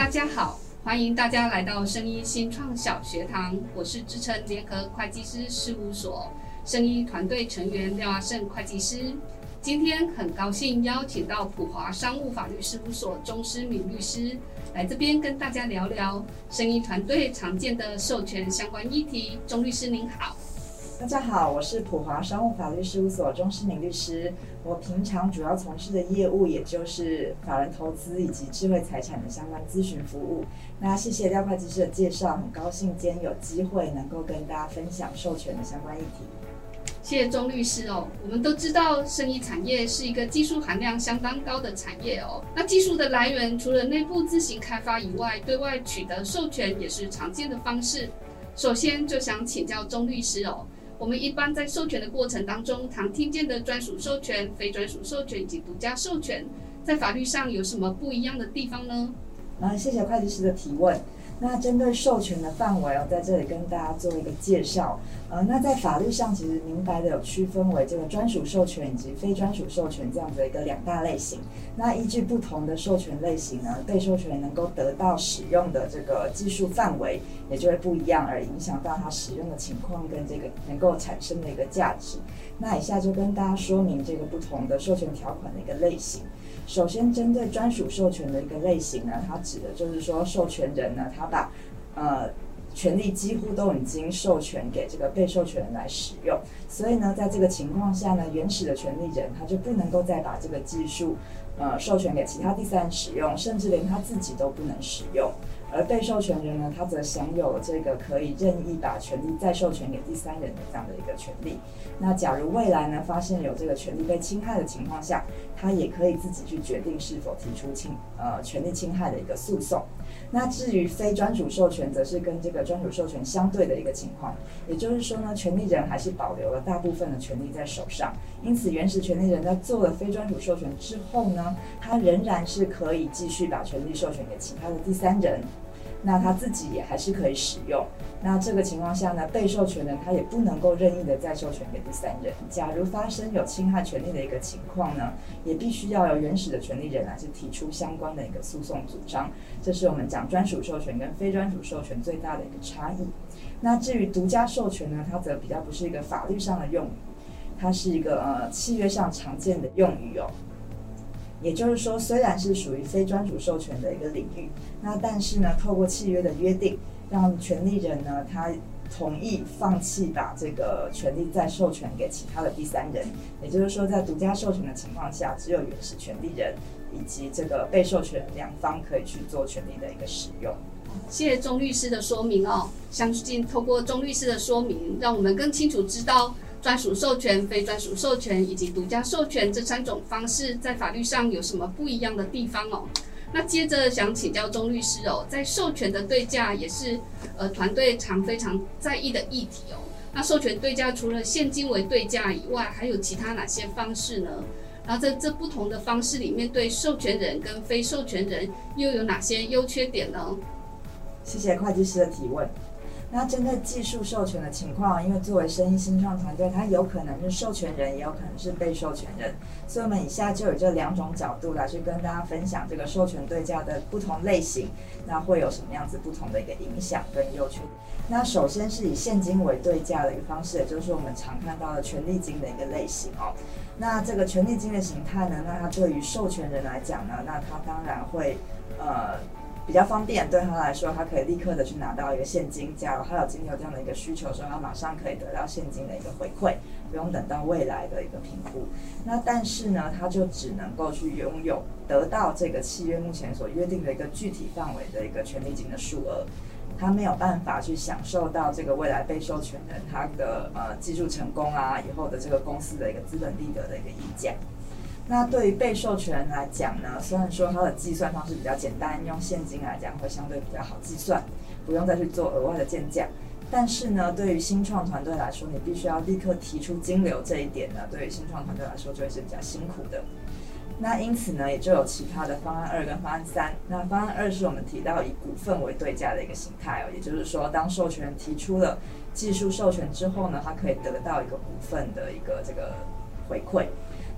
家好，欢迎大家来到生医新创小学堂，我是知诚联合会计师事务所生医团队成员廖阿胜会计师。今天很高兴邀请到普华商务法律事务所钟诗敏律师来这边跟大家聊聊生医团队常见的授权相关议题。钟律师您好。 大家好，我是普华商务法律事务所钟诗敏律师。我平常主要从事的业务也就是法人投资以及智慧财产的相关咨询服务。那谢谢廖会计师的介绍，很高兴今天有机会能够跟大家分享授权的相关议题。 谢谢钟律师哦。我们都知道生医产业是一个技术含量相当高的产业哦。那技术的来源除了内部自行开发以外，对外取得授权也是常见的方式。首先就想请教钟律师哦，我们一般在授权的过程当中，常听见的专属授权、非专属授权以及独家授权，在法律上有什么不一样的地方呢？ 谢谢会计师的提问。那针对授权的范围，我在这里跟大家做一个介绍。那在法律上其实明白的有区分为这个专属授权以及非专属授权这样的一个两大类型。那依据不同的授权类型呢，被授权人能够得到使用的这个技术范围也就会不一样，而影响到它使用的情况跟这个能够产生的一个价值。那以下就跟大家说明这个不同的授权条款的一个类型。首先，针对专属授权的一个类型呢，它指的就是说，授权人呢，他把权利几乎都已经授权给这个被授权人来使用，所以呢，在这个情况下呢，原始的权利人他就不能够再把这个技术授权给其他第三人使用，甚至连他自己都不能使用。而被授权人呢，他则享有这个可以任意把权利再授权给第三人的这样的一个权利。那假如未来呢，发现有这个权利被侵害的情况下，他也可以自己去决定是否提出权利侵害的一个诉讼。那至于非专属授权，则是跟这个专属授权相对的一个情况，也就是说呢，权利人还是保留了大部分的权利在手上，因此原始权利人在做了非专属授权之后呢，他仍然是可以继续把权利授权给其他的第三人。那他自己也还是可以使用。那这个情况下呢，被授权人他也不能够任意的再授权给第三人。假如发生有侵害权利的一个情况呢，也必须要有原始的权利人来去提出相关的一个诉讼主张。这是我们讲专属授权跟非专属授权最大的一个差异。那至于独家授权呢，它则比较不是一个法律上的用语，它是一个契约上常见的用语哦。也就是说，虽然是属于非专属授权的一个领域，那但是呢，透过契约的约定，让权利人呢，他同意放弃把这个权利再授权给其他的第三人。也就是说，在独家授权的情况下，只有原始权利人以及这个被授权两方可以去做权利的一个使用。 谢谢钟律师的说明哦，相信透过钟律师的说明，让我们更清楚知道专属授权、非专属授权以及独家授权这三种方式在法律上有什么不一样的地方哦？那接着想请教钟律师哦，在授权的对价也是团队非常在意的议题哦。那授权对价除了现金为对价以外，还有其他哪些方式呢？然后在这不同的方式里面，对授权人跟非授权人又有哪些优缺点呢？ 谢谢会计师的提问。那针对技术授权的情况，因为作为生医新创团队，它有可能是授权人，也有可能是被授权人，所以我们以下就有这两种角度来去跟大家分享这个授权对价的不同类型，那会有什么样子不同的一个影响跟优缺点。那首先是以现金为对价的一个方式，也就是我们常看到的权利金的一个类型哦。那这个权利金的形态呢，那它对于授权人来讲呢，那它当然会比较方便，对他来说，他可以立刻的去拿到一个现金。假如他有经历有这样的一个需求的时候，他马上可以得到现金的一个回馈，不用等到未来的一个评估。那但是呢，他就只能够去拥有得到这个契约目前所约定的一个具体范围的一个权利金的数额，他没有办法去享受到这个未来被授权人他的技术成功啊，以后的这个公司的一个资本利得的一个溢价。那对于被授权人来讲呢，虽然说它的计算方式比较简单，用现金来讲会相对比较好计算，不用再去做额外的建价。但是呢，对于新创团队来说，你必须要立刻提出金流这一点呢，对于新创团队来说就会是比较辛苦的。那因此呢，也就有其他的方案2跟方案3。那方案2是我们提到以股份为对价的一个形态哦，也就是说，当授权人提出了技术授权之后呢，他可以得到一个股份的一个这个回馈。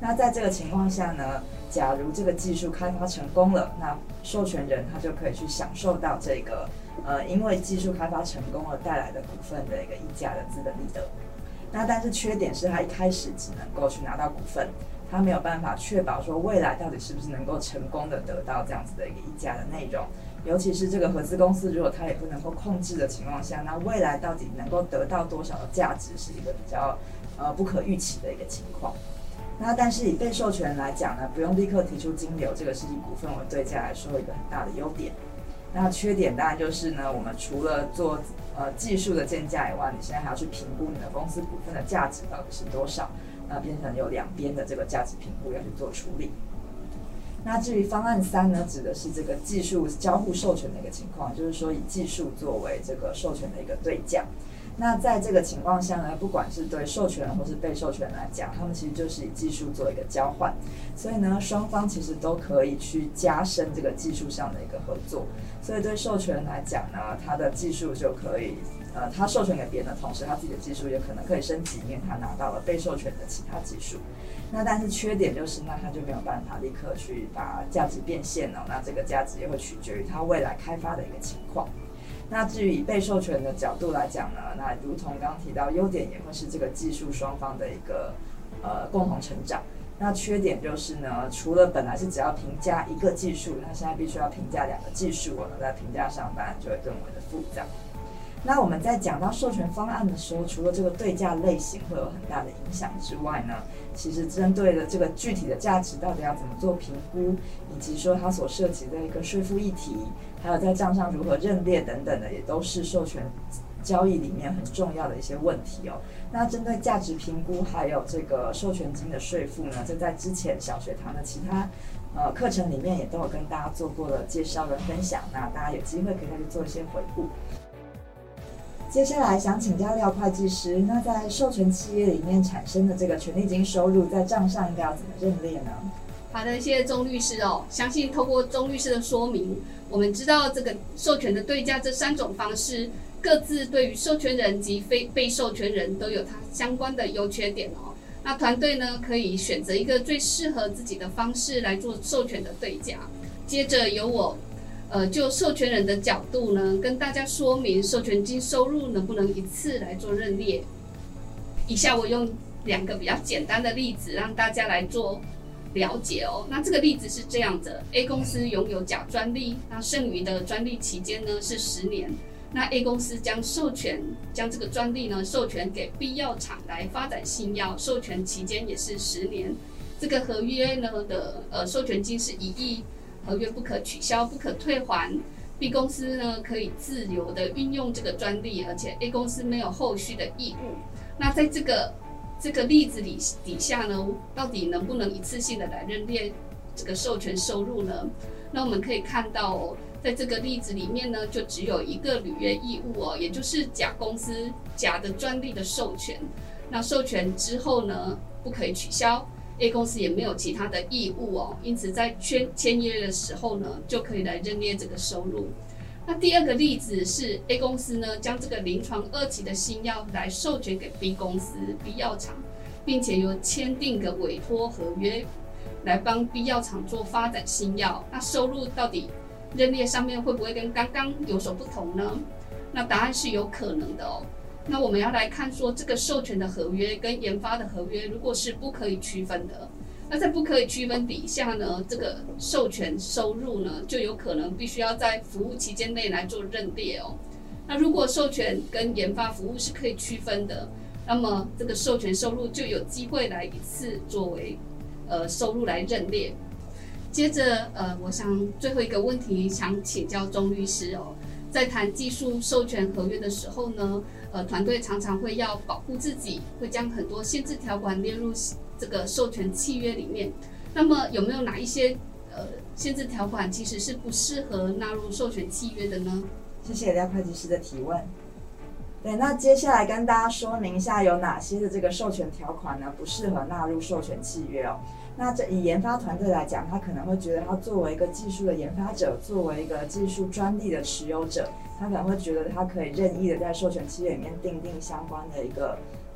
那在这个情况下呢，假如这个技术开发成功了，那授权人他就可以去享受到这个因为技术开发成功而带来的股份的一个溢价的资本利得。那但是缺点是他一开始只能够去拿到股份，他没有办法确保说未来到底是不是能够成功的得到这样子的一个溢价的内容。尤其是这个合资公司，如果它也不能够控制的情况下，那未来到底能够得到多少的价值，是一个比较不可预期的一个情况。那但是以被授权人来讲呢，不用立刻提出金流，这个是以股份为对价来说一个很大的优点。那缺点当然就是呢，我们除了做技术的建价以外，你现在还要去评估你的公司股份的价值到底是多少，变成有两边的这个价值评估要去做处理。那至于方案3呢，指的是这个技术交互授权的一个情况，就是说以技术作为这个授权的一个对价。那在这个情况下呢，不管是对授权人或是被授权人来讲，他们其实就是以技术做一个交换，所以呢，双方其实都可以去加深这个技术上的一个合作。所以对授权人来讲呢，他的技术就可以，他授权给别人的同时，他自己的技术也可能可以升级，因为他拿到了被授权的其他技术。那但是缺点就是，那他就没有办法立刻去把价值变现了，那这个价值也会取决于他未来开发的一个情况。那至于以被授权的角度来讲呢，那如同刚刚提到，优点也会是这个技术双方的一个共同成长。那缺点就是呢，除了本来是只要评价一个技术，那现在必须要评价2个技术，那在评价上当然就会更为的复杂。那我们在讲到授权方案的时候，除了这个对价类型会有很大的影响之外呢，其实针对的这个具体的价值到底要怎么做评估，以及说它所涉及的一个税负议题，还有在账上如何认列等等的，也都是授权交易里面很重要的一些问题哦。那针对价值评估还有这个授权金的税负呢，这在之前小学堂的其他课程里面也都有跟大家做过了介绍跟分享，那大家有机会可以再去做一些回顾。接下来想请教廖会计师，那在授权契约里面产生的这个权利金收入，在账上应该要怎么认列呢？ 好的，谢谢钟律师哦。相信透过钟律师的说明，我们知道这个授权的对价这3种方式，各自对于授权人及非被授权人都有它相关的优缺点哦。那团队呢可以选择一个最适合自己的方式来做授权的对价。接着由我就授权人的角度呢，跟大家说明授权金收入能不能一次来做认列。以下我用2个比较简单的例子让大家来做了解哦。那这个例子是这样的 ：A 公司拥有甲专利，那剩余的专利期间呢是10年。那 A 公司将这个专利呢授权给 B 药厂来发展新药，授权期间也是10年。这个合约呢的授权金是1亿。合约不可取消，不可退还。B 公司呢可以自由的运用这个专利，而且 A 公司没有后续的义务。那在这个例子底下呢，到底能不能一次性的来认列这个授权收入呢？那我们可以看到哦，在这个例子里面呢，就只有一个履约义务哦，也就是甲公司甲的专利的授权。那授权之后呢，不可以取消。A 公司也没有其他的义务哦，因此在签约的时候呢，就可以来认列这个收入。那第2个例子是 A 公司呢将这个临床2期的新药来授权给 B 公司 B 药厂，并且有签订个委托合约来帮 B 药厂做发展新药。那收入到底认列上面会不会跟刚刚有所不同呢？那答案是有可能的哦。那我们要来看说，这个授权的合约跟研发的合约如果是不可以区分的，那在不可以区分底下呢，这个授权收入呢就有可能必须要在服务期间内来做认列哦。那如果授权跟研发服务是可以区分的，那么这个授权收入就有机会来一次作为收入来认列。接着我想最后一个问题想请教钟律师哦。在谈技术授权合约的时候呢，团队常常会要保护自己，会将很多限制条款列入这个授权契约里面。那么有没有哪一些限制条款其实是不适合纳入授权契约的呢？ 谢谢廖会计师的提问。对，那接下来跟大家说明一下有哪些的这个授权条款呢不适合纳入授权契约哦。那这以研发团队来讲，他可能会觉得他作为一个技术的研发者，作为一个技术专利的持有者，他可能会觉得他可以任意的在授权契约里面订定相关的一个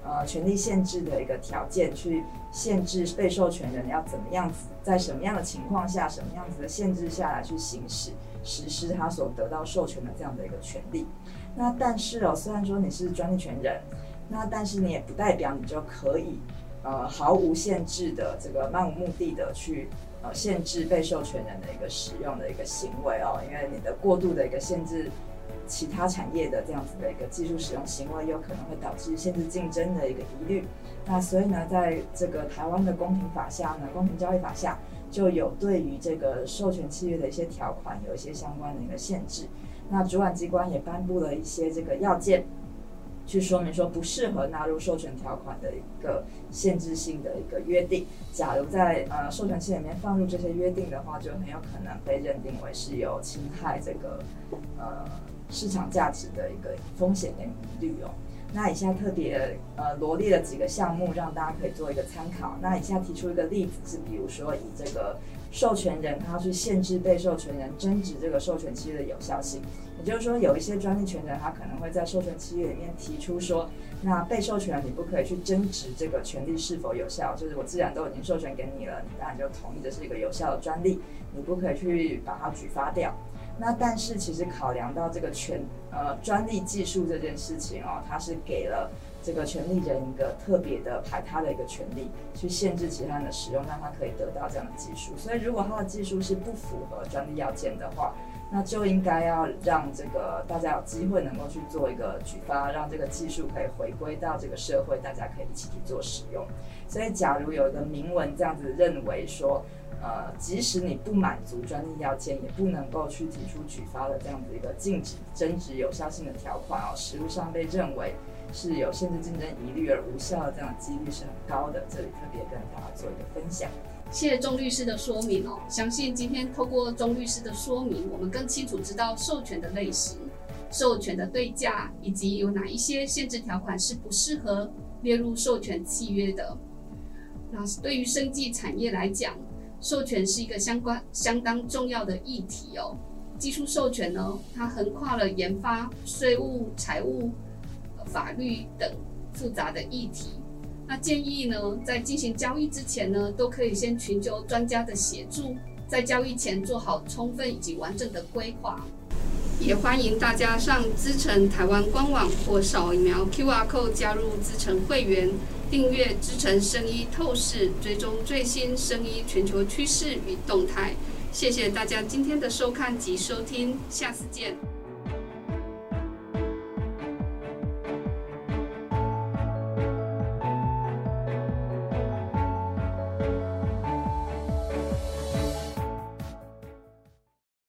权利限制的一个条件，去限制被授权人要怎么样子，在什么样的情况下、什么样子的限制下来去实施他所得到授权的这样的一个权利。那但是虽然说你是专利权人，那但是你也不代表你就可以毫无限制的这个漫无目的的去限制被授权人的一个使用的一个行为因为你的过度的一个限制其他产业的这样子的一个技术使用行为，有可能会导致限制竞争的一个疑虑。那所以呢，在这个台湾的公平法下呢，公平交易法下，就有对于这个授权契约的一些条款有一些相关的一个限制。那主管机关也颁布了一些这个要件，去说明说不适合纳入授权条款的一个限制性的一个约定。假如在授权契约里面放入这些约定的话，就很有可能被认定为是有侵害这个市场价值的一个风险跟疑虑那以下特别罗列了几个项目，让大家可以做一个参考。那以下提出一个例子是，比如说以这个授权人他要去限制被授权人争执这个授权契约的有效性，也就是说有一些专利权人他可能会在授权契约里面提出说，那被授权人你不可以去争执这个权利是否有效，就是我既然都已经授权给你了，你当然就同意这是一个有效的专利，你不可以去把它举发掉。那但是其实考量到这个专利技术这件事情它是给了这个权利人一个特别的排他的一个权利，去限制其他人的使用，让他可以得到这样的技术。所以如果他的技术是不符合专利要件的话，那就应该要让这个大家有机会能够去做一个举发，让这个技术可以回归到这个社会，大家可以一起去做使用。所以假如有一个明文这样子认为说即使你不满足专利要件，也不能够去提出举发的这样子一个禁止争执有效性的条款实务上被认为是有限制竞争疑虑而无效的这样的几率是很高的。这里特别跟大家做一个分享。 谢谢钟律师的说明相信今天透过钟律师的说明，我们更清楚知道授权的类型、授权的对价，以及有哪一些限制条款是不适合列入授权契约的。那对于生技产业来讲，授权是一个相当重要的议题技术授权呢，它横跨了研发、税务、财务、法律等复杂的议题。那建议呢，在进行交易之前呢，都可以先寻求专家的协助，在交易前做好充分以及完整的规划。也欢迎大家上资诚台湾官网或扫描 QR Code 加入资诚会员，订阅资诚生医透视，追踪最新生医全球趋势与动态。谢谢大家今天的收看及收听，下次见。